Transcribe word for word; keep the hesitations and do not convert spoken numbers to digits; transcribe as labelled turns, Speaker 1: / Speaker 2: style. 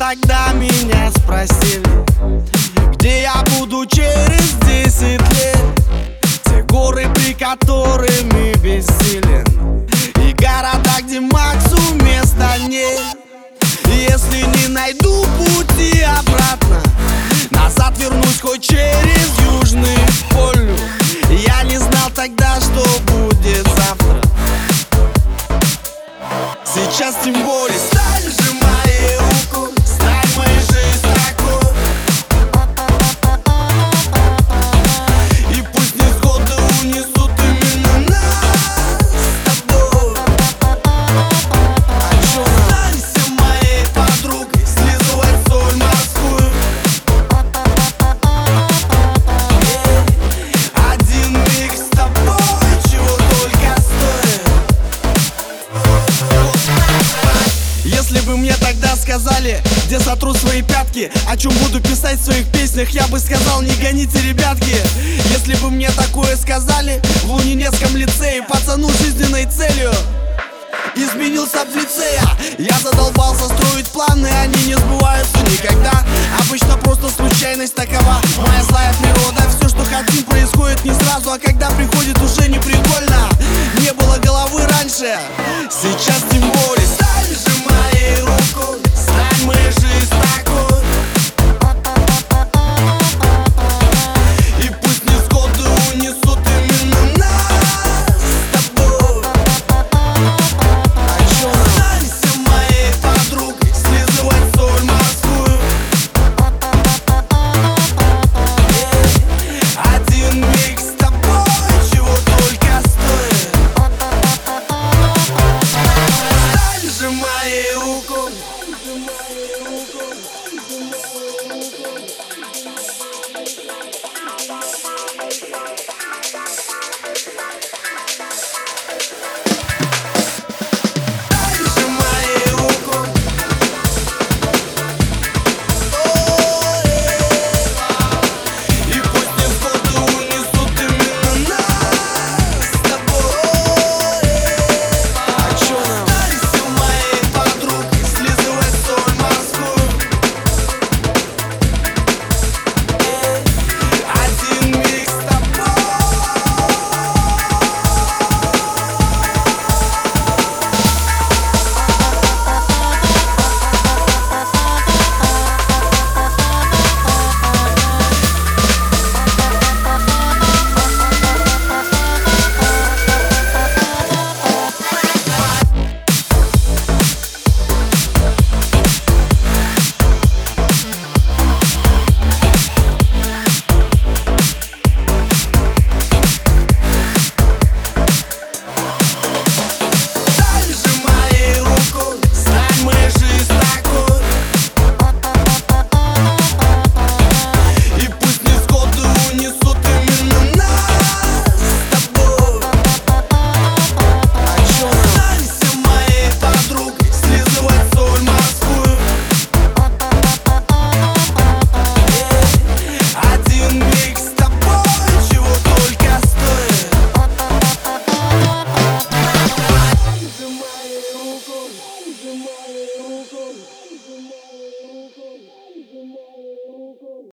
Speaker 1: тогда меня спросили, где я буду через десять лет. Те горы, при которыми бессилен, и города, где Максу места нет. Если не найду пути обратно, назад вернусь хоть через Южный полюс. Я не знал тогда, что будет завтра. Сейчас тем более. Стань же моей руку, стань моей жизнью такой. И пусть не сходу унесут именно нас с тобой. А чё, станься моей подругой, слизывай соль морскую. Один миг с тобой, чего только стоит. Если бы мне тогда сказали, где сотру свои пятки, о чем буду писать в своих песнях, я бы сказал: не гоните, ребятки. Если бы мне такое сказали в Лунинецком лицее, пацану жизненной целью изменился в лице. Я задолбался строить планы, они не сбываются никогда. Обычно просто случайность такова, моя злая природа. Все, что хотим, происходит не сразу, а когда приходит, уже не прикольно. Не было головы раньше, сейчас тем более. Стань же моей руку, стань моей жизнью такой. И пусть не сходу унесут именно нас с тобой. А чё, станься моей подругой, слизывай соль морскую. Один миг с тобой, чего только стоит. Стань же моей рукой.